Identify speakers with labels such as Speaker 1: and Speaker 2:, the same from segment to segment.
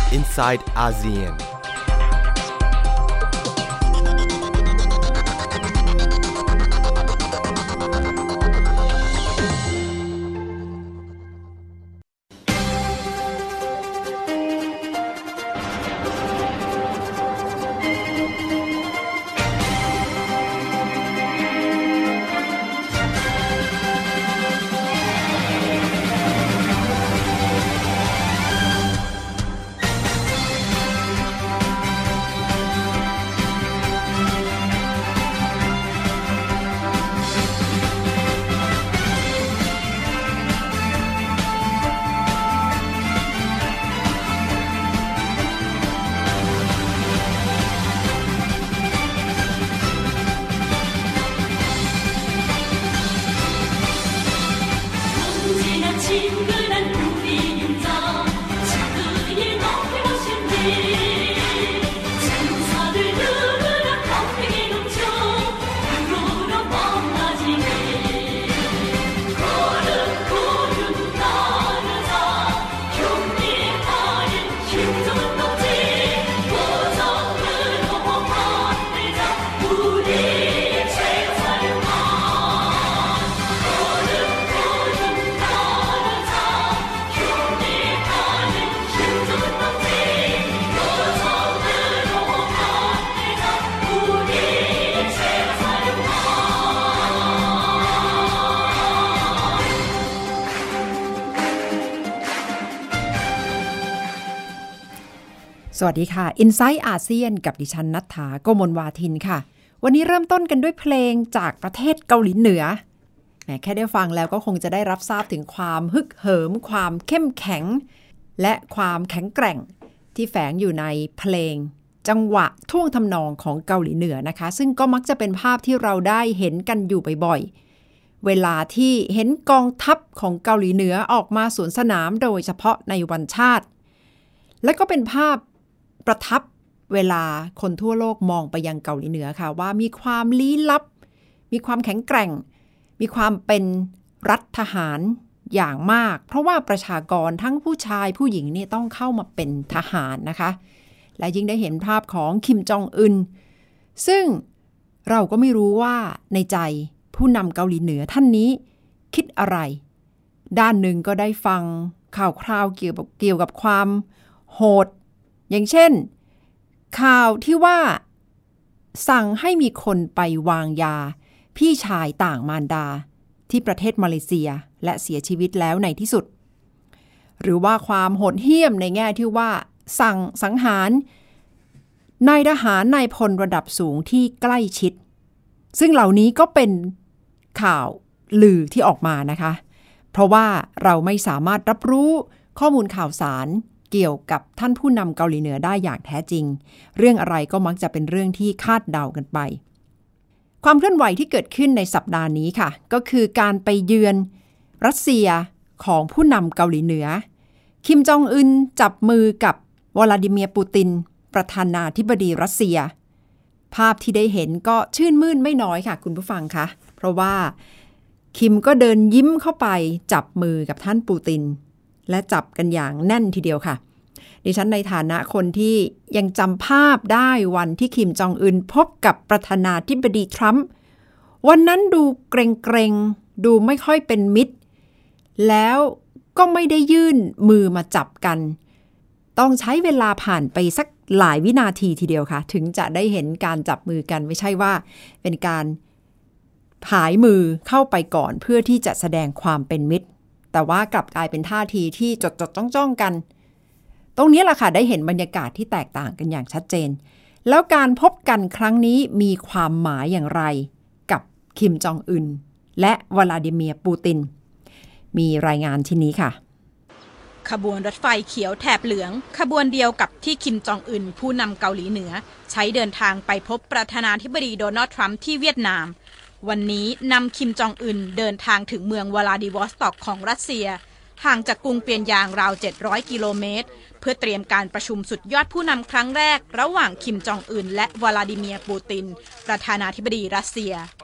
Speaker 1: inside ASEAN
Speaker 2: สวัสดีค่ะ Inside อาเซียนกับดิฉันณัฐฐา โกมลวาทินค่ะวันนี้เริ่มต้นกันด้วยเพลงจากประเทศเกาหลีเหนือแค่ได้ฟังแล้วก็คงจะได้รับทราบถึงความฮึกเหิมความเข้มแข็งและความแข็งแกร่งที่แฝงอยู่ในเพลงจังหวะท่วงทำนองของเกาหลีเหนือนะคะซึ่งก็มักจะเป็นภาพที่เราได้เห็นกันอยู่บ่อยๆเวลาที่เห็นกองทัพของเกาหลีเหนือออกมาสวนสนามโดยเฉพาะในวันชาติและก็เป็นภาพประทับเวลาคนทั่วโลกมองไปยังเกาหลีเหนือค่ะว่ามีความลี้ลับมีความแข็งแกร่งมีความเป็นรัฐทหารอย่างมากเพราะว่าประชากรทั้งผู้ชายผู้หญิงนี่ต้องเข้ามาเป็นทหารนะคะและยิ่งได้เห็นภาพของคิมจองอึนซึ่งเราก็ไม่รู้ว่าในใจผู้นำเกาหลีเหนือท่านนี้คิดอะไรด้านหนึ่งก็ได้ฟังข่าวคราวเกี่ยวกับความโหดอย่างเช่นข่าวที่ว่าสั่งให้มีคนไปวางยาพี่ชายต่างมารดาที่ประเทศมาเลเซียและเสียชีวิตแล้วในที่สุดหรือว่าความโหดเหี้ยมในแง่ที่ว่าสั่งสังหารนายทหารนายพลระดับสูงที่ใกล้ชิดซึ่งเหล่านี้ก็เป็นข่าวลือที่ออกมานะคะเพราะว่าเราไม่สามารถรับรู้ข้อมูลข่าวสารเกี่ยวกับท่านผู้นำเกาหลีเหนือได้อย่างแท้จริงเรื่องอะไรก็มักจะเป็นเรื่องที่คาดเดากันไปความเคลื่อนไหวที่เกิดขึ้นในสัปดาห์นี้ค่ะก็คือการไปเยือนรัสเซียของผู้นำเกาหลีเหนือคิมจองอึนจับมือกับวลาดิเมียร์ปูตินประธานาธิบดีรัสเซียภาพที่ได้เห็นก็ชื่นมื่นไม่น้อยค่ะคุณผู้ฟังคะเพราะว่าคิมก็เดินยิ้มเข้าไปจับมือกับท่านปูตินและจับกันอย่างแน่นทีเดียวค่ะดิฉันในฐานะคนที่ยังจำภาพได้วันที่คิมจองอึนพบกับประธานาธิบดีทรัมป์วันนั้นดูเกรงๆดูไม่ค่อยเป็นมิตรแล้วก็ไม่ได้ยื่นมือมาจับกันต้องใช้เวลาผ่านไปสักหลายวินาทีทีเดียวค่ะถึงจะได้เห็นการจับมือกันไม่ใช่ว่าเป็นการผายมือเข้าไปก่อนเพื่อที่จะแสดงความเป็นมิตรแต่ว่ากลับกลายเป็นท่าทีที่จดจ้องกันตรงนี้แหละค่ะได้เห็นบรรยากาศที่แตกต่างกันอย่างชัดเจนแล้วการพบกันครั้งนี้มีความหมายอย่างไรกับคิมจองอึนและวลาดิเมียร์ปูตินมีรายงานที่นี้ค่ะ
Speaker 3: ขบวนรถไฟเขียวแถบเหลืองขบวนเดียวกับที่คิมจองอึนผู้นำเกาหลีเหนือใช้เดินทางไปพบประธานาธิบดีโดนัลด์ทรัมป์ที่เวียดนามวันนี้นำคิมจองอึนเดินทางถึงเมืองวลาดิวอสต็อกของรัสเซียห่างจากกรุงเปียนยางราว700กิโลเมตรเพื่อเตรียมการประชุมสุดยอดผู้นำครั้งแรกระหว่างคิมจองอึนและวลาดิเมียร์ปูตินประธานาธิบดีรัสเซีย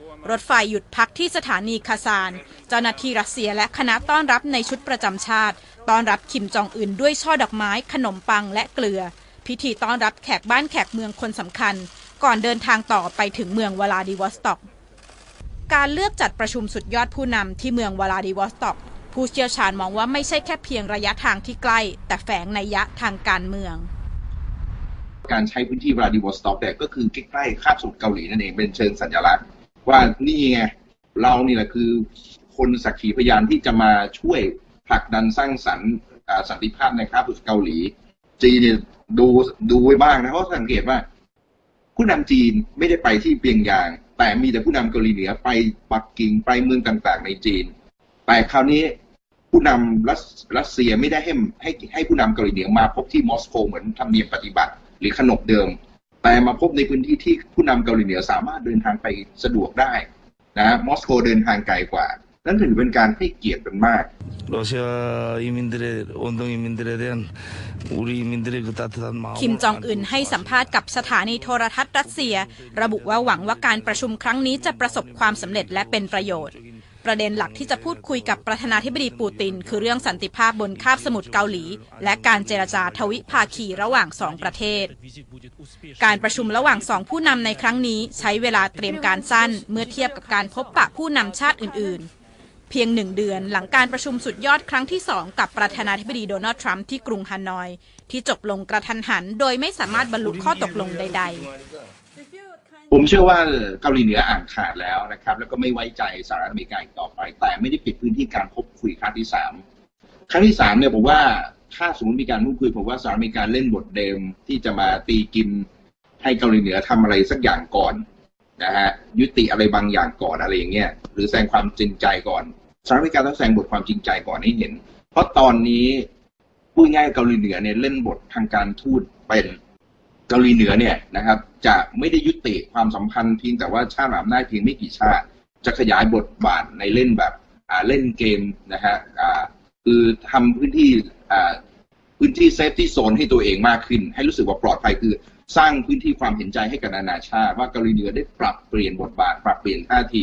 Speaker 3: รถไฟหยุดพักที่สถานีคาซานเจ้าหน้าที่รัสเซียและคณะต้อนรับในชุดประจำชาติต้อนรับคิมจองอึนด้วยช่อดอกไม้ขนมปังและเกลือพิธีต้อนรับแขกบ้านแขกเมืองคนสำคัญก่อนเดินทางต่อไปถึงเมืองวลาดิวอสต็อกการเลือกจัดประชุมสุดยอดผู้นำที่เมืองวลาดิวอสต็อกผู้เชี่ยวชาญมองว่าไม่ใช่แค่เพียงระยะทางที่ใกล้แต่แฝงนัยยะทางการเมือง
Speaker 1: การใช้พื้นที่วลาดิวอสต็อกเนี่ยก็คือใกล้ๆคาบสมุทรเกาหลีนั่นเองเป็นเชิงสัญลักษณ์ว่านี่ไงเรานี่แหละคือคนสักขีพยานที่จะมาช่วยผลักดันสร้างสรรค์สันติภาพในคาบสมุทรเกาหลีจีนเนี่ยดูไว้บ้างนะเพราะสังเกตว่าผู้นำจีนไม่ได้ไปที่เปียงยางแต่มีแต่ผู้นำเกาหลีเหนือไปปักกิ่งไปเมืองต่างๆในจีนแต่คราวนี้ผู้นำรัสเซียไม่ได้ให้ผู้นำเกาหลีเหนือมาพบที่มอสโกเหมือนธรรมเนียมปฏิบัติหรือขนบเดิมแต่มาพบในพื้นที่ที่ผู้นำเกาหลีเหนือสามารถเดินทางไปสะดวกได้นะมอสโกเดินทางไกลกว่านั่นถือเป็นการให้เกียรติกันมาก
Speaker 3: คิมจองอึนให้สัมภาษณ์กับสถานีโทรทัศน์รัสเซียระบุว่าหวังว่าการประชุมครั้งนี้จะประสบความสำเร็จและเป็นประโยชน์ประเด็นหลักที่จะพูดคุยกับประธานาธิบดีปูตินคือเรื่องสันติภาพบนคาบสมุทรเกาหลีและการเจรจาทวิภาคีระหว่างสองประเทศการประชุมระหว่างสองผู้นำในครั้งนี้ใช้เวลาเตรียมการสั้นเมื่อเทียบกับการพบปะผู้นำชาติอื่นๆเพียง1 เดือนหลังการประชุมสุดยอดครั้งที่2กับประธานาธิบดีโดนัลด์ทรัมป์ที่กรุงฮานอยที่จบลงกระทันหันโดยไม่สามารถบรรลุข้อตกลงใดๆ
Speaker 1: ผมเชื่อว่าเกาหลีเหนืออ่านขาดแล้วนะครับแล้วก็ไม่ไว้ใจสหรัฐอเมริกาอีกต่อไปแต่ไม่ได้ปิดพื้นที่การพบคุยครั้งที่3เนี่ยผมว่าถ้าสมมติมีการพูดคุยผมว่าสหรัฐอเมริกาเล่นบทเดิมที่จะมาตีกินให้เกาหลีเหนือทำอะไรสักอย่างก่อนนะฮะยุติอะไรบางอย่างก่อนอะไรอย่างเงี้ยหรือแสดงความจริงใจก่อนสหรัฐอเมริกาต้องแสดงบทความจริงใจก่อนให้เห็นเพราะตอนนี้พูดง่ายเกาหลีเหนือเนี่ยเล่นบททางการทูตเป็นเกาหลีเหนือเนี่ยนะครับจะไม่ได้ยุติความสัมพันธ์เพียงแต่ว่าชาติมหาอำนาจเพียงไม่กี่ชาติจะขยายบทบาทในเล่นแบบเล่นเกมนะฮะคือทำพื้นที่เซฟตี้โซนให้ตัวเองมากขึ้นให้รู้สึกว่าปลอดภัยคือสร้างพื้นที่ความเห็นใจให้กับนานาชาติว่าเกาหลีเหนือได้ปรับเปลี่ยนบทบาทปรับเปลี่ยนท่าที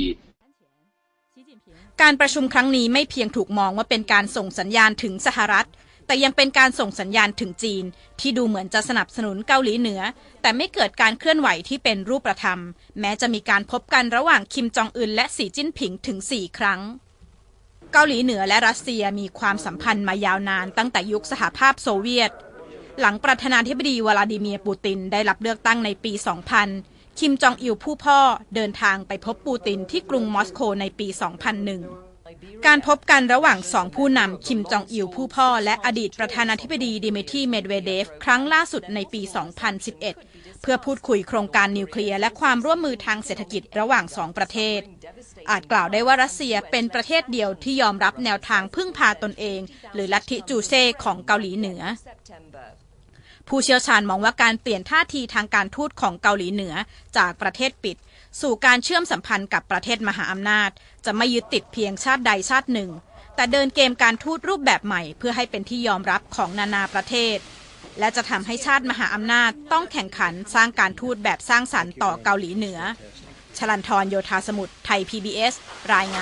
Speaker 3: การประชุมครั้งนี้ไม่เพียงถูกมองว่าเป็นการส่งสัญญาณถึงสหรัฐแต่ยังเป็นการส่งสัญญาณถึงจีนที่ดูเหมือนจะสนับสนุนเกาหลีเหนือแต่ไม่เกิดการเคลื่อนไหวที่เป็นรูปธรรมแม้จะมีการพบกันระหว่างคิมจองอึนและสีจิ้นผิงถึง4 ครั้งเกาหลีเหนือและรัสเซียมีความสัมพันธ์มายาวนานตั้งแต่ยุคสหภาพโซเวียตหลังประธานาธิบดีวลาดิเมียร์ปูตินได้รับเลือกตั้งในปี 2000 คิมจองอิลผู้พ่อเดินทางไปพบปูตินที่กรุงมอสโกในปี 2001 การพบกันระหว่าง2ผู้นำคิมจองอิลผู้พ่อและอดีตประธานาธิบดีดิมิทรีเมดเวเดฟครั้งล่าสุดในปี 2011 เพื่อพูดคุยโครงการนิวเคลียร์และความร่วมมือทางเศรษฐกิจระหว่าง2ประเทศอาจกล่าวได้ว่ารัสเซียเป็นประเทศเดียวที่ยอมรับแนวทางพึ่งพาตนเองหรือลัทธิจูเซ่ของเกาหลีเหนือผู้เชี่ยวชาญมองว่าการเปลี่ยนท่าทีทางการทูตของเกาหลีเหนือจากประเทศปิดสู่การเชื่อมสัมพันธ์กับประเทศมหาอำนาจจะไม่ยึดติดเพียงชาติใดชาติหนึ่งแต่เดินเกมการทูตรูปแบบใหม่เพื่อให้เป็นที่ยอมรับของนานาประเทศและจะทำให้ชาติมหาอำนาจต้องแข่งขันสร้างการทูตแบบสร้างสรรค์ต่อเกาหลีเหนือชลันทรโยธาสมุทรไทย PBS รายง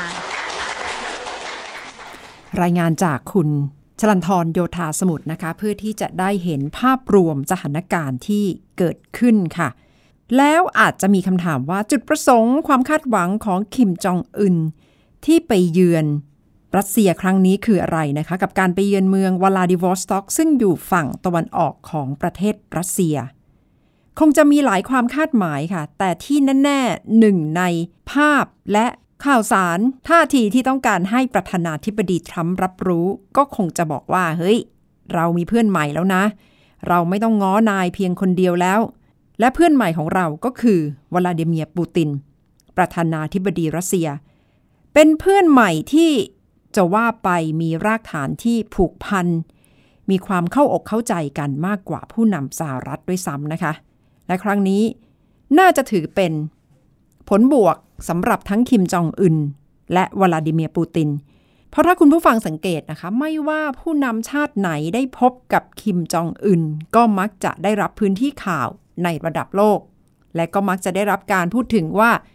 Speaker 2: านจากคุณชลันทรโยธาสมุทรนะคะเพื่อที่จะได้เห็นภาพรวมสถานการณ์ที่เกิดขึ้นค่ะแล้วอาจจะมีคำถามว่าจุดประสงค์ความคาดหวังของคิมจองอึนที่ไปเยือนรัสเซียครั้งนี้คืออะไรนะคะกับการไปเยือนเมืองวลาดิวอสต็อกซึ่งอยู่ฝั่งตะวันออกของประเทศรัสเซียคงจะมีหลายความคาดหมายค่ะแต่ที่แน่ๆหนึ่งในภาพและข่าวสารท่าทีที่ต้องการให้ประธานาธิบดีทรัมป์รับรู้ก็คงจะบอกว่าเฮ้ยเรามีเพื่อนใหม่แล้วนะเราไม่ต้องง้อนายเพียงคนเดียวแล้วและเพื่อนใหม่ของเราก็คือวลาดิเมียร์ปูตินประธานาธิบดีรัสเซียเป็นเพื่อนใหม่ที่จะว่าไปมีรากฐานที่ผูกพันมีความเข้าอกเข้าใจกันมากกว่าผู้นำสหรัฐด้วยซ้ำนะคะและครั้งนี้น่าจะถือเป็นผลบวกสำหรับทั้งคิมจองอึนและวลาดิเมียร์ปูตินเพราะถ้าคุณผู้ฟังสังเกตนะคะไม่ว่าผู้นำชาติไหนได้พบกับคิมจองอึนก็มักจะได้รับพื้นที่ข่าวในระดับโลกและก็มักจะได้รับการพูดถึงว่า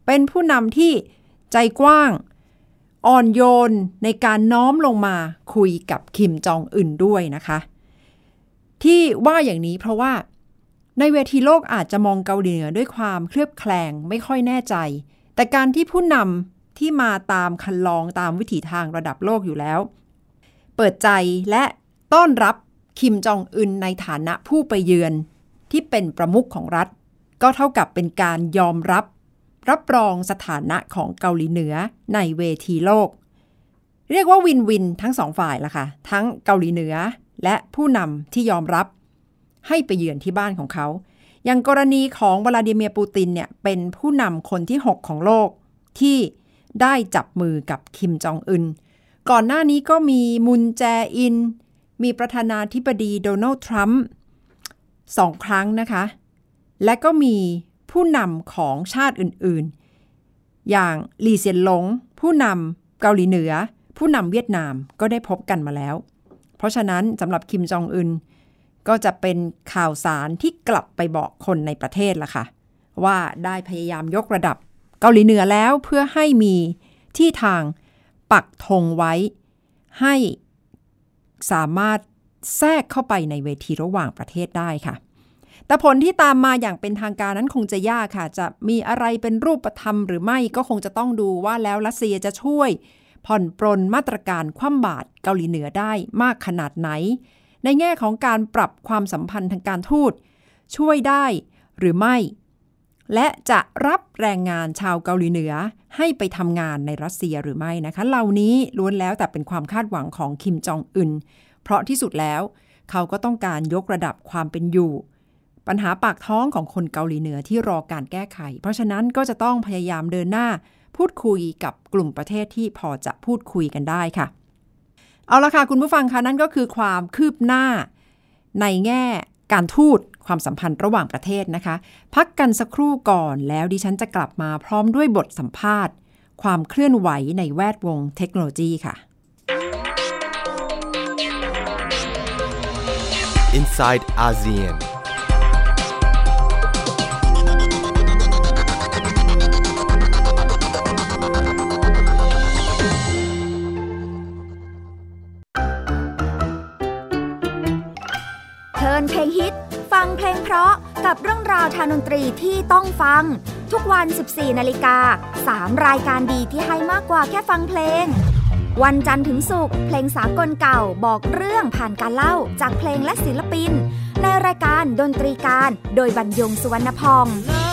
Speaker 2: เป็นผู้นำที่ใจกว้างอ่อนโยนในการน้อมลงมาคุยกับคิมจองอึนด้วยนะคะที่ว่าอย่างนี้เพราะว่าในเวทีโลกอาจจะมองเกาหลีเหนือด้วยความเคลือบแคลงไม่ค่อยแน่ใจแต่การที่ผู้นำที่มาตามคันลองตามวิถีทางระดับโลกอยู่แล้วเปิดใจและต้อนรับคิมจองอึนในฐานะผู้ไปเยือนที่เป็นประมุขของรัฐก็เท่ากับเป็นการยอมรับรองสถานะของเกาหลีเหนือในเวทีโลกเรียกว่าวินวินทั้งสองฝ่ายล่ะค่ะทั้งเกาหลีเหนือและผู้นำที่ยอมรับให้ไปเยือนที่บ้านของเขาอย่างกรณีของวลาดิเมียร์ปูตินเนี่ยเป็นผู้นำคนที่6ของโลกที่ได้จับมือกับคิมจองอึนก่อนหน้านี้ก็มีมุนแจอินมีประธานาธิบดีโดนัลด์ทรัมป์2ครั้งนะคะและก็มีผู้นำของชาติอื่นๆอย่างหลี่เซียนหลงผู้นำเกาหลีเหนือผู้นำเวียดนามก็ได้พบกันมาแล้วเพราะฉะนั้นสำหรับคิมจองอึนก็จะเป็นข่าวสารที่กลับไปบอกคนในประเทศล่ะค่ะว่าได้พยายามยกระดับเกาหลีเหนือแล้วเพื่อให้มีที่ทางปักธงไว้ให้สามารถแทรกเข้าไปในเวทีระหว่างประเทศได้ค่ะแต่ผลที่ตามมาอย่างเป็นทางการนั้นคงจะยากค่ะจะมีอะไรเป็นรูปธรรมหรือไม่ก็คงจะต้องดูว่าแล้วรัสเซียจะช่วยผ่อนปรนมาตรการคว่ำบาตรเกาหลีเหนือได้มากขนาดไหนในแง่ของการปรับความสัมพันธ์ทางการทูตช่วยได้หรือไม่และจะรับแรงงานชาวเกาหลีเหนือให้ไปทำงานในรัสเซียหรือไม่นะคะเหล่านี้ล้วนแล้วแต่เป็นความคาดหวังของคิมจองอึนเพราะที่สุดแล้วเขาก็ต้องการยกระดับความเป็นอยู่ปัญหาปากท้องของคนเกาหลีเหนือที่รอการแก้ไขเพราะฉะนั้นก็จะต้องพยายามเดินหน้าพูดคุยกับกลุ่มประเทศที่พอจะพูดคุยกันได้ค่ะเอาละค่ะคุณผู้ฟังคะนั่นก็คือความคืบหน้าในแง่การทูตความสัมพันธ์ระหว่างประเทศนะคะพักกันสักครู่ก่อนแล้วดิฉันจะกลับมาพร้อมด้วยบทสัมภาษณ์ความเคลื่อนไหวในแวดวงเทคโนโลยีค่ะ
Speaker 4: Inside ASEAN
Speaker 5: เพลงฮิตฟังเพลงเพราะกับเรื่องราวทางดนตรีที่ต้องฟังทุกวัน 14:00 น. 3 รายการดีที่ให้มากกว่าแค่ฟังเพลงวันจันทร์ถึงศุกร์เพลงสากลเก่าบอกเรื่องผ่านการเล่าจากเพลงและศิลปินในรายการดนตรีการโดยบรรยงสุวรรณพอง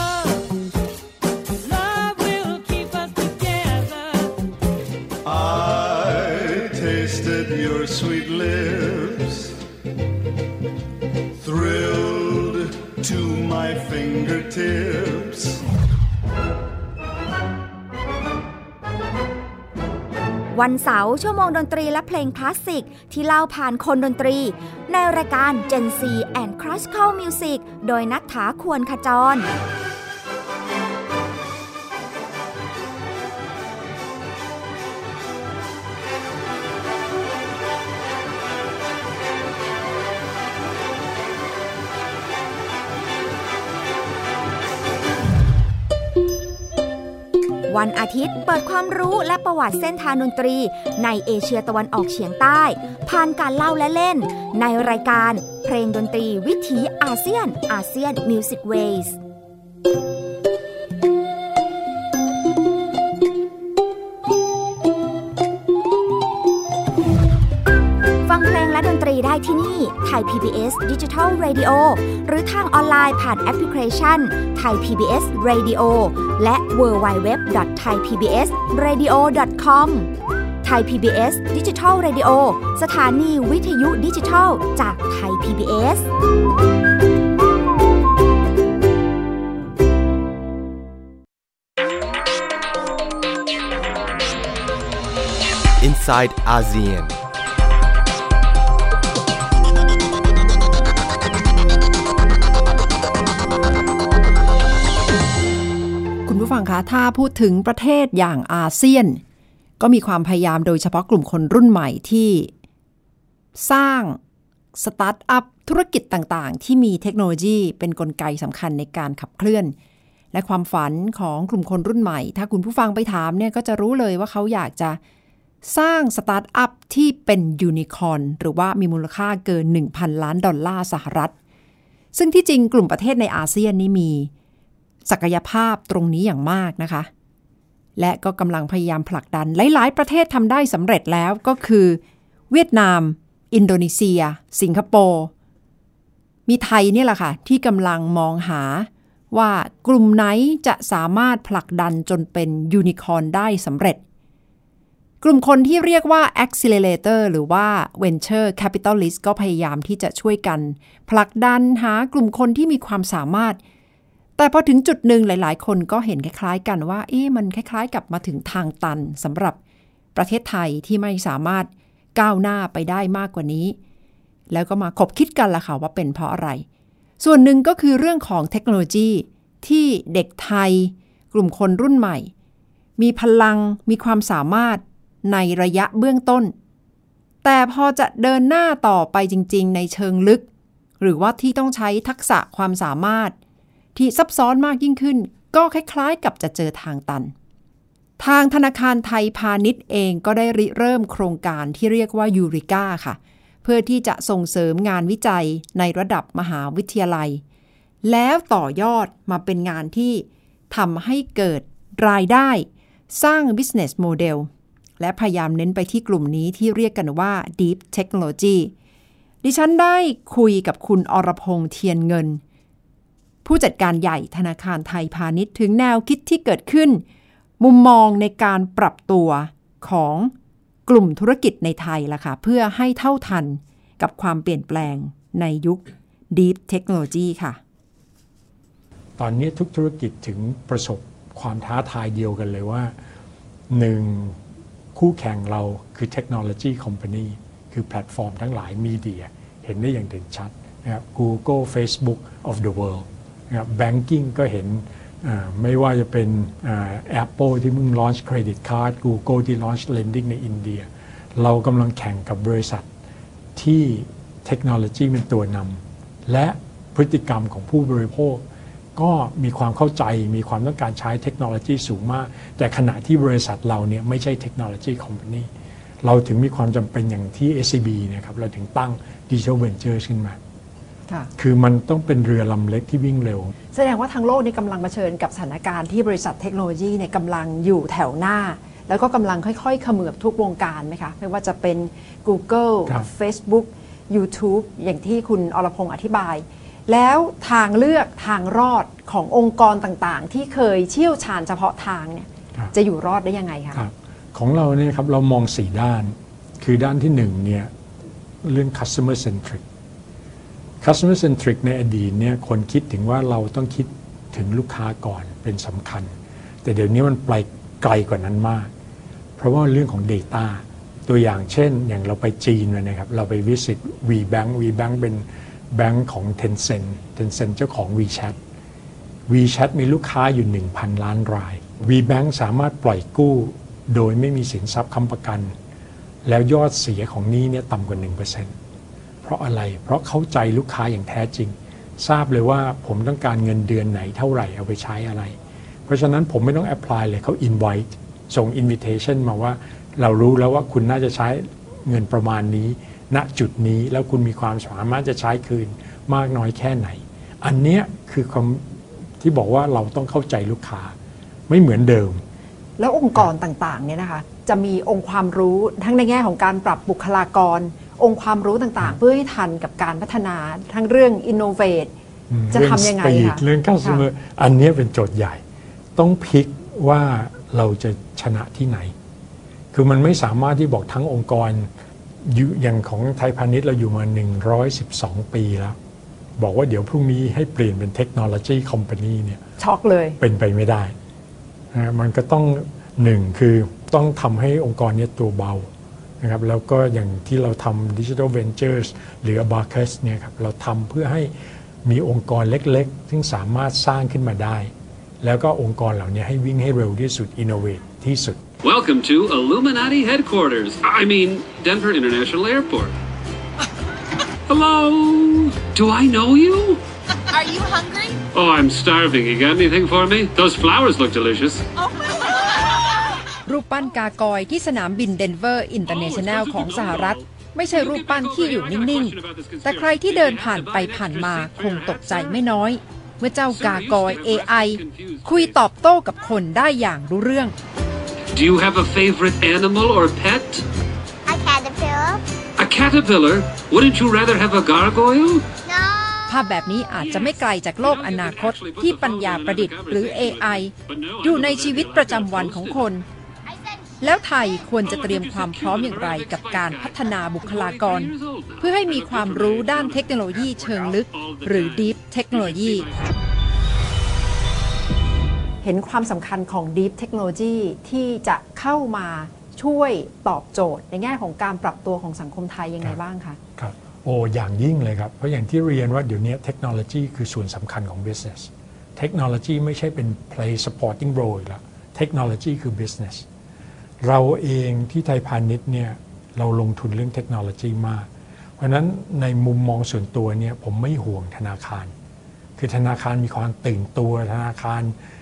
Speaker 6: Thrilled to my fingertips
Speaker 5: วันเสาร์ชั่วโมงดนตรีและเพลงคลาสสิกที่เล่าผ่านคนดนตรีในรายการ Gen Z and Classical Music โดยณัฐฐา ควรขจรวันอาทิตย์เปิดความรู้และประวัติเส้นทางดนตรีในเอเชียตะวันออกเฉียงใต้ผ่านการเล่าและเล่นในรายการเพลงดนตรีวิถีอาเซียน ASEAN Music Ways ฟังเพลงและดนตรีได้ที่นี่ไทย PBS Digital Radio หรือทางออนไลน์ผ่านแอปพลิเคชัน Thai PBS Radio และ www.thaipbsradio.com Thai PBS Digital Radio สถานีวิทยุดิจิทัลจากไทย PBS
Speaker 4: Inside ASEAN
Speaker 2: คุณผู้ฟังคะถ้าพูดถึงประเทศอย่างอาเซียนก็มีความพยายามโดยเฉพาะกลุ่มคนรุ่นใหม่ที่สร้างสตาร์ทอัพธุรกิจต่างๆที่มีเทคโนโลยีเป็นกลไกสำคัญในการขับเคลื่อนและความฝันของกลุ่มคนรุ่นใหม่ถ้าคุณผู้ฟังไปถามเนี่ยก็จะรู้เลยว่าเขาอยากจะสร้างสตาร์ทอัพที่เป็นยูนิคอร์นหรือว่ามีมูลค่าเกิน 1,000 ล้านดอลลาร์สหรัฐซึ่งที่จริงกลุ่มประเทศในอาเซียนนี้มีศักยภาพตรงนี้อย่างมากนะคะและก็กำลังพยายามผลักดันหลายๆประเทศทำได้สำเร็จแล้วก็คือเวียดนามอินโดนีเซียสิงคโปร์มีไทยเนี่ยแหละค่ะที่กำลังมองหาว่ากลุ่มไหนจะสามารถผลักดันจนเป็นยูนิคอร์นได้สำเร็จกลุ่มคนที่เรียกว่า Accelerator หรือว่า Venture Capitalist ก็พยายามที่จะช่วยกันผลักดันหากลุ่มคนที่มีความสามารถแต่พอถึงจุดหนึ่งหลายๆคนก็เห็นคล้ายๆกันว่ามันคล้ายๆกับมาถึงทางตันสำหรับประเทศไทยที่ไม่สามารถก้าวหน้าไปได้มากกว่านี้แล้วก็มาคบคิดกันละค่ะว่าเป็นเพราะอะไรส่วนหนึ่งก็คือเรื่องของเทคโนโลยีที่เด็กไทยกลุ่มคนรุ่นใหม่มีพลังมีความสามารถในระยะเบื้องต้นแต่พอจะเดินหน้าต่อไปจริงๆในเชิงลึกหรือว่าที่ต้องใช้ทักษะความสามารถที่ซับซ้อนมากยิ่งขึ้นก็คล้ายๆกับจะเจอทางตันทางธนาคารไทยพาณิชย์เองก็ได้ริเริ่มโครงการที่เรียกว่ายูริก้าค่ะเพื่อที่จะส่งเสริมงานวิจัยในระดับมหาวิทยาลัยแล้วต่อยอดมาเป็นงานที่ทำให้เกิดรายได้สร้าง business model และพยายามเน้นไปที่กลุ่มนี้ที่เรียกกันว่า Deep Technology ดิฉันได้คุยกับคุณอรพงษ์เทียนเงินผู้จัดการใหญ่ธนาคารไทยพาณิชย์ถึงแนวคิดที่เกิดขึ้นมุมมองในการปรับตัวของกลุ่มธุรกิจในไทยล่ะค่ะเพื่อให้เท่าทันกับความเปลี่ยนแปลงในยุค Deep Technology ค่ะ
Speaker 7: ตอนนี้ทุกธุรกิจถึงประสบความท้าทายเดียวกันเลยว่า 1. คู่แข่งเราคือ Technology Company คือแพลตฟอร์มทั้งหลายมีเดียเห็นได้อย่างเด่นชัดนะครับ Google Facebook of the world นะครับ Banking ก็เห็นไม่ว่าจะเป็นApple ที่มึง launch credit card Google ที่ launch lending ในอินเดียเรากำลังแข่งกับบริษัทที่เทคโนโลยีเป็นตัวนำและพฤติกรรมของผู้บริโภคก็มีความเข้าใจมีความต้องการใช้เทคโนโลยีสูงมากแต่ขณะที่บริษัทเราเนี่ยไม่ใช่เทคโนโลยีคอมพานีเราถึงมีความจำเป็นอย่างที่ SCB นะครับเราถึงตั้ง Digital Ventures ขึ้นมาคือมันต้องเป็นเรือลำเล็กที่วิ่งเร็ว
Speaker 2: แสดงว่าทั้งโลกนี่กำลังเผชิญกับสถานการณ์ที่บริษัทเทคโนโลยีเนี่ยกำลังอยู่แถวหน้าแล้วก็กำลังค่อยๆเขมือบทุกวงการไหมคะไม่ว่าจะเป็น Google Facebook YouTube อย่างที่คุณอรพงษ์อธิบายแล้วทางเลือกทางรอดขององค์กรต่างๆที่เคยเชี่ยวชาญเฉพาะทางเนี่ยจะอยู่รอดได้ยังไงคะ
Speaker 7: ของเราเนี่ยครับเรามอง4ด้านคือด้านที่1เนี่ยเรื่อง customer centric ในอดีตเนี่ยคนคิดถึงว่าเราต้องคิดถึงลูกค้าก่อนเป็นสำคัญแต่เดี๋ยวนี้มันไปไกลกว่านั้นมากเพราะว่าเรื่องของ Data ตัวอย่างเช่นอย่างเราไปจีนนะครับเราไปวิสิต WeBank เป็นแบงก์ของ Tencent เจ้าของ WeChat มีลูกค้าอยู่ 1,000 ล้านราย WeBank สามารถปล่อยกู้โดยไม่มีสินทรัพย์ค้ำประกันแล้วยอดเสียของหนี้เนี่ยต่ำกว่า 1% เพราะอะไรเพราะเข้าใจลูกค้าอย่างแท้จริงทราบเลยว่าผมต้องการเงินเดือนไหนเท่าไหร่เอาไปใช้อะไรเพราะฉะนั้นผมไม่ต้อง apply เลยเขา invite ส่ง invitation มาว่าเรารู้แล้วว่าคุณน่าจะใช้เงินประมาณนี้ณจุดนี้แล้วคุณมีความสามารถจะใช้คืนมากน้อยแค่ไหนอันเนี้ยคือคำที่บอกว่าเราต้องเข้าใจลูกค้าไม่เหมือนเดิม
Speaker 2: แล้วองค์กรต่างๆเนี่ยนะคะจะมีองค์ความรู้ทั้งในแง่ของการปรับบุคลากรองค์ความรู้ต่างๆเพื่อให้ทันกับการพัฒนาทั้งเรื่อง innovate จะทำยังไงคะ
Speaker 7: เรื่อง customer อันนี้เป็นโจทย์ใหญ่ต้องพลิกว่าเราจะชนะที่ไหนคือมันไม่สามารถที่บอกทั้งองค์กรอย่างของไทยพาณิชย์เราอยู่มา112ปีแล้วบอกว่าเดี๋ยวพรุ่งนี้ให้เปลี่ยนเป็นเทคโนโลยีคอมพานีเนี่ย
Speaker 2: ช็อกเลย
Speaker 7: เป็นไปไม่ได้มันก็ต้อง1คือต้องทำให้องค์กรนี้ตัวเบานะครับแล้วก็อย่างที่เราทำ Digital Ventures หรือ Abacus เนี่ยครับเราทำเพื่อให้มีองค์กรเล็กๆซึ่งสามารถสร้างขึ้นมาได้แล้วก็องค์กรเหล่านี้ให้วิ่งให้เร็วที่สุด innovate ที่สุด
Speaker 8: Welcome to Illuminati headquarters. I mean, Denver International Airport. Hello? Do I know you?
Speaker 9: Are you hungry?
Speaker 8: Oh, I'm starving. You got anything for me? Those flowers look delicious.
Speaker 2: รูปปั้นกากอยที่สนามบินเดนเวอร์อินเตอร์เนชั่นแนลของสหรัฐไม่ใช่รูปปั้นที่อยู่นิ่งๆแต่ใครที่เดินผ่านไปผ่านมาคงตกใจไม่น้อยเมื่อเจ้ากากอย AI คุยตอบโต้กับคนได้อย่างรู้เรื่อง
Speaker 8: Do you have a favorite animal or pet?
Speaker 9: A caterpillar?
Speaker 8: A caterpillar? Wouldn't you rather have a gargoyle?
Speaker 9: No.
Speaker 2: ภาพแบบนี้อาจจะไม่ไกลจากโลกอนาคตที่ปัญญาประดิษฐ์หรือ AI อยู่ในชีวิตประจำวันของคนแล้วไทยควรจะเตรียมความพร้อมอย่างไรกับการพัฒนาบุคลากรเพื่อให้มีความรู้ด้านเทคโนโลยีเชิงลึกหรือ Deep Technology เห็นความสำคัญของ Deep Technology ที่จะเข้ามาช่วยตอบโจทย์ในแง่ของการปรับตัวของสังคมไทยยังไงบ้างคะ
Speaker 7: ครับโอ้อย่างยิ่งเลยครับเพราะอย่างที่เรียนว่าเดี๋ยวนี้เทคโนโลยีคือส่วนสำคัญของ business เทคโนโลยีไม่ใช่เป็น play supporting role อีกแล้วเทคโนโลยีคือ businessเราเองที่ไทยพาณิชย์เนี่ยเราลงทุนเรื่องเทคโนโลยีมากเพราะฉะนั้นในมุมมองส่วนตัวเนี่ยผมไม่ห่วงธนาคารคือธนาคารมีความตื่นตัวธนาคาร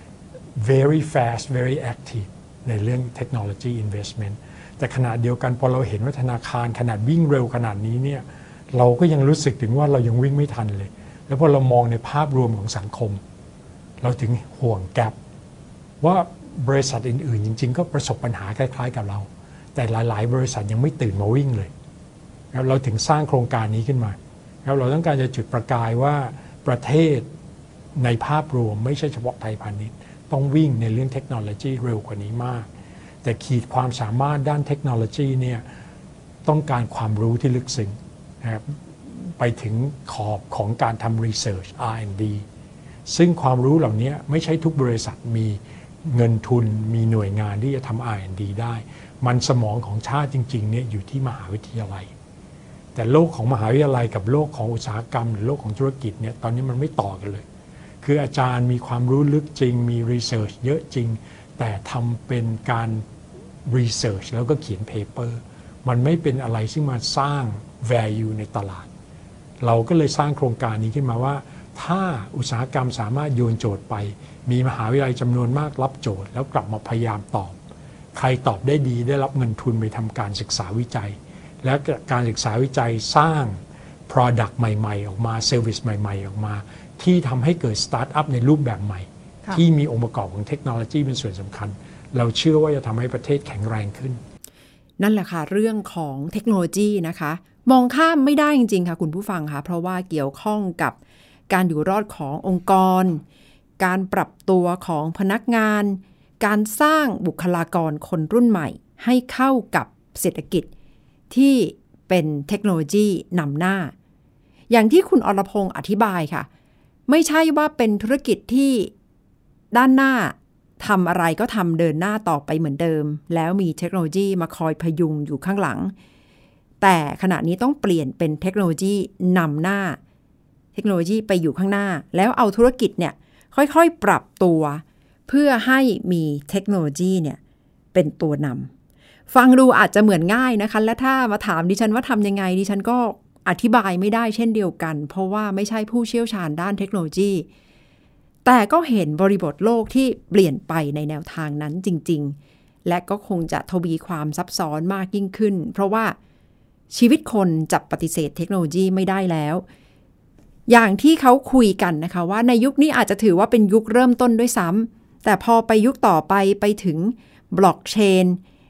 Speaker 7: very fast very active ในเรื่อง technology investment แต่ขณะเดียวกันพอเราเห็นว่าธนาคารขนาดวิ่งเร็วขนาดนี้เนี่ยเราก็ยังรู้สึกถึงว่าเรายังวิ่งไม่ทันเลยแล้วพอเรามองในภาพรวมของสังคมเราถึงห่วงแกปว่าบริษัทอื่นๆจริงๆก็ประสบปัญหาคล้ายๆกับเราแต่หลายๆบริษัทยังไม่ตื่นมาวิ่งเลยแล้วเราถึงสร้างโครงการนี้ขึ้นมาแล้วเราต้องการจะจุดประกายว่าประเทศในภาพรวมไม่ใช่เฉพาะไทยพาณิชย์ต้องวิ่งในเรื่องเทคโนโลยีเร็วกว่านี้มากแต่ขีดความสามารถด้านเทคโนโลยีเนี่ยต้องการความรู้ที่ลึกซึ้งนะครับไปถึงขอบของการทำ research R&D ซึ่งความรู้เหล่านี้ไม่ใช่ทุกบริษัทมีเงินทุนมีหน่วยงานที่จะทำ R&D ได้มันสมองของชาติจริงๆเนี่ยอยู่ที่มหาวิทยาลัยแต่โลกของมหาวิทยาลัยกับโลกของอุตสาหกรรมหรือโลกของธุรกิจเนี่ยตอนนี้มันไม่ต่อกันเลยคืออาจารย์มีความรู้ลึกจริงมี research เยอะจริงแต่ทำเป็นการ research แล้วก็เขียน paper มันไม่เป็นอะไรซึ่งมาสร้าง value ในตลาดเราก็เลยสร้างโครงการนี้ขึ้นมาว่าถ้าอุตสาหกรรมสามารถโยนโจทย์ไปมีมหาวิทยาลัยจำนวนมากรับโจทย์แล้วกลับมาพยายามตอบใครตอบได้ดีได้รับเงินทุนไปทำการศึกษาวิจัยและการศึกษาวิจัยสร้าง Product ใหม่ๆออกมา Service ใหม่ๆออกมาที่ทำให้เกิดสตาร์ทอัพในรูปแบบใหม่ที่มีองค์ประกอบของเทคโนโลยีเป็นส่วนสำคัญเราเชื่อว่าจะทำให้ประเทศแข็งแรงขึ้น
Speaker 2: นั่นแหละค่ะเรื่องของเทคโนโลยีนะคะมองข้ามไม่ได้จริงๆค่ะคุณผู้ฟังค่ะเพราะว่าเกี่ยวข้องกับการอยู่รอดขององค์กรการปรับตัวของพนักงานการสร้างบุคลากรคนรุ่นใหม่ให้เข้ากับเศรษฐกิจที่เป็นเทคโนโลยีนำหน้าอย่างที่คุณอรพงศ์อธิบายค่ะไม่ใช่ว่าเป็นธุรกิจที่ด้านหน้าทำอะไรก็ทำเดินหน้าต่อไปเหมือนเดิมแล้วมีเทคโนโลยีมาคอยพยุงอยู่ข้างหลังแต่ขณะนี้ต้องเปลี่ยนเป็นเทคโนโลยีนำหน้าเทคโนโลยีไปอยู่ข้างหน้าแล้วเอาธุรกิจเนี่ยค่อยๆปรับตัวเพื่อให้มีเทคโนโลยีเนี่ยเป็นตัวนำฟังดูอาจจะเหมือนง่ายนะคะและถ้ามาถามดิฉันว่าทำยังไงดิฉันก็อธิบายไม่ได้เช่นเดียวกันเพราะว่าไม่ใช่ผู้เชี่ยวชาญด้านเทคโนโลยีแต่ก็เห็นบริบทโลกที่เปลี่ยนไปในแนวทางนั้นจริงๆและก็คงจะทวีความซับซ้อนมากยิ่งขึ้นเพราะว่าชีวิตคนจะปฏิเสธเทคโนโลยีไม่ได้แล้วอย่างที่เขาคุยกันนะคะว่าในยุคนี้อาจจะถือว่าเป็นยุคเริ่มต้นด้วยซ้ำแต่พอไปยุคต่อไปถึงบล็อกเชน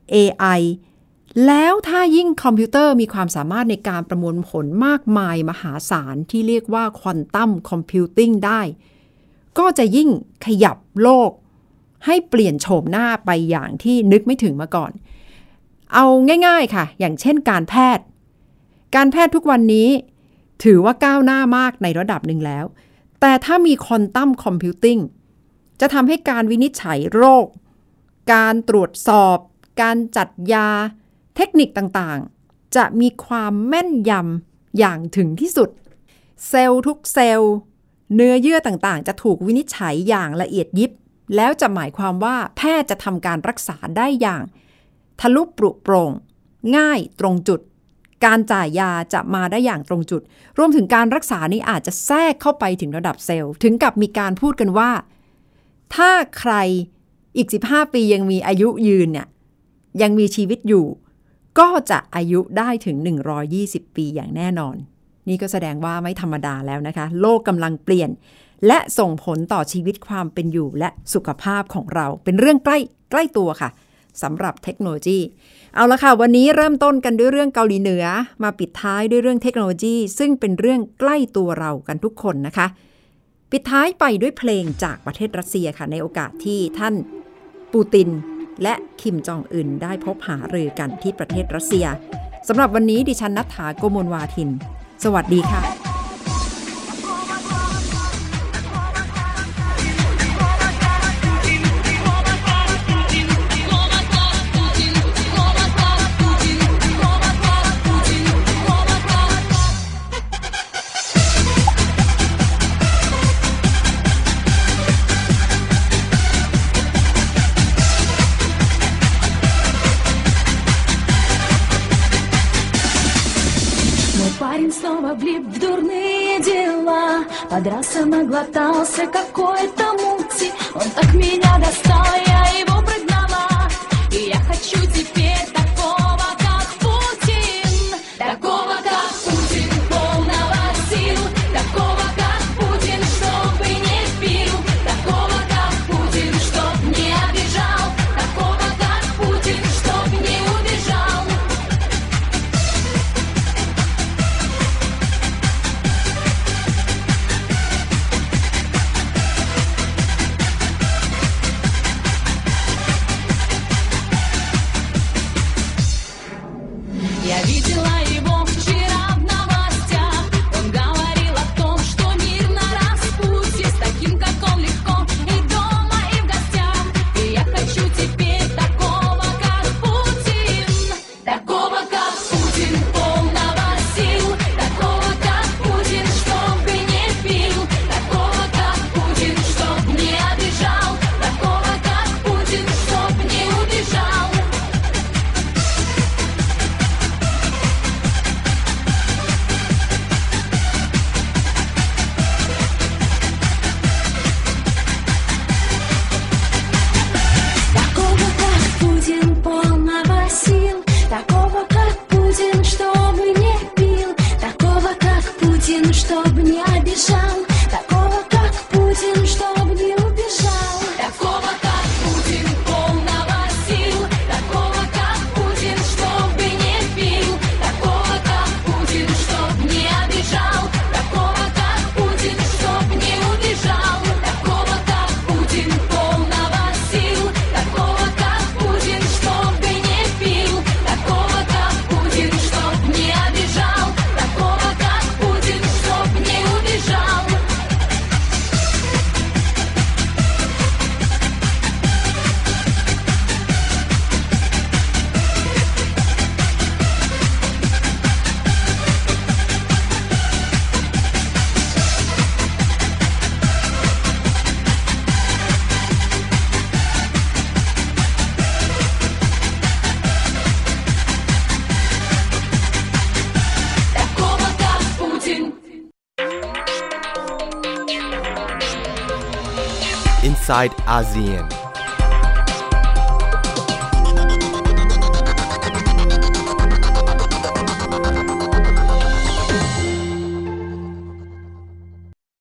Speaker 2: AI แล้วถ้ายิ่งคอมพิวเตอร์มีความสามารถในการประมวลผลมากมายมหาศาลที่เรียกว่าควอนตัมคอมพิวติ้งได้ก็จะยิ่งขยับโลกให้เปลี่ยนโฉมหน้าไปอย่างที่นึกไม่ถึงมาก่อนเอาง่ายๆค่ะอย่างเช่นการแพทย์ทุกวันนี้ถือว่าก้าวหน้ามากในระดับหนึ่งแล้วแต่ถ้ามีควอนตัมคอมพิวติ้งจะทำให้การวินิจฉัยโรคการตรวจสอบการจัดยาเทคนิคต่างๆจะมีความแม่นยำอย่างถึงที่สุดเซลล์ทุกเซลล์เนื้อเยื่อต่างๆจะถูกวินิจฉัยอย่างละเอียดยิบแล้วจะหมายความว่าแพทย์จะทำการรักษาได้อย่างทะลุปรุโปร่งง่ายตรงจุดการจ่ายยาจะมาได้อย่างตรงจุดรวมถึงการรักษานี่อาจจะแทรกเข้าไปถึงระดับเซลล์ถึงกับมีการพูดกันว่าถ้าใครอีก15ปียังมีอายุยืนเนี่ยยังมีชีวิตอยู่ก็จะอายุได้ถึง120ปีอย่างแน่นอนนี่ก็แสดงว่าไม่ธรรมดาแล้วนะคะโลกกำลังเปลี่ยนและส่งผลต่อชีวิตความเป็นอยู่และสุขภาพของเราเป็นเรื่องใกล้ตัวค่ะสำหรับเทคโนโลยีเอาละค่ะวันนี้เริ่มต้นกันด้วยเรื่องเกาหลีเหนือมาปิดท้ายด้วยเรื่องเทคโนโลยีซึ่งเป็นเรื่องใกล้ตัวเรากันทุกคนนะคะปิดท้ายไปด้วยเพลงจากประเทศรัสเซียค่ะในโอกาสที่ท่านปูตินและคิมจองอึนได้พบหารือกันที่ประเทศรัสเซียสำหรับวันนี้ดิฉันณัฐฐา โกมลวาทินสวัสดีค่ะ
Speaker 10: Снова влип в дурные дела. Под раз и наглотался какой-то мути. Он так меня достал, я его прогнала. И я хочу теперь такого, как Путин. Такого, как Путин, полного сил. Такого, как Путин, чтобы не пил. Такого, как Путин, чтоб не обижал. Такого, как Путин, чтоб не убежал. Я видела его вчера в новостях. Он говорил о том, что мир на распутье. С таким, как он, легко и дома, и в гостях. И я хочу теперь такого, как Путин. Такого, как Путин, полного сил. Такого, как Путин, чтобы не пил. Такого, как Путин, чтоб не обижал. Такого, как Путин, чтоб не убежал. Такого, как Путин, полного сил. Такого, как Путин, чтобы не пил. Такого, как Путин, чтобы не обижал. Такого, как Путин, чтобы не убежал. Такого, как Путин, полного сил. Такого, как Путин, чтобы не пил. Такого, как Путин, чтобы не обижал. Такого, как Путин, чтобы не убежал. Такого, как Путин, полного сил. Такого, как Путин, чтобы не пил. Такого, как Путин, чтоб не обижал. Такого, как Путин, чтоб не убежал. Такого, как Путин.
Speaker 4: Inside ASEAN.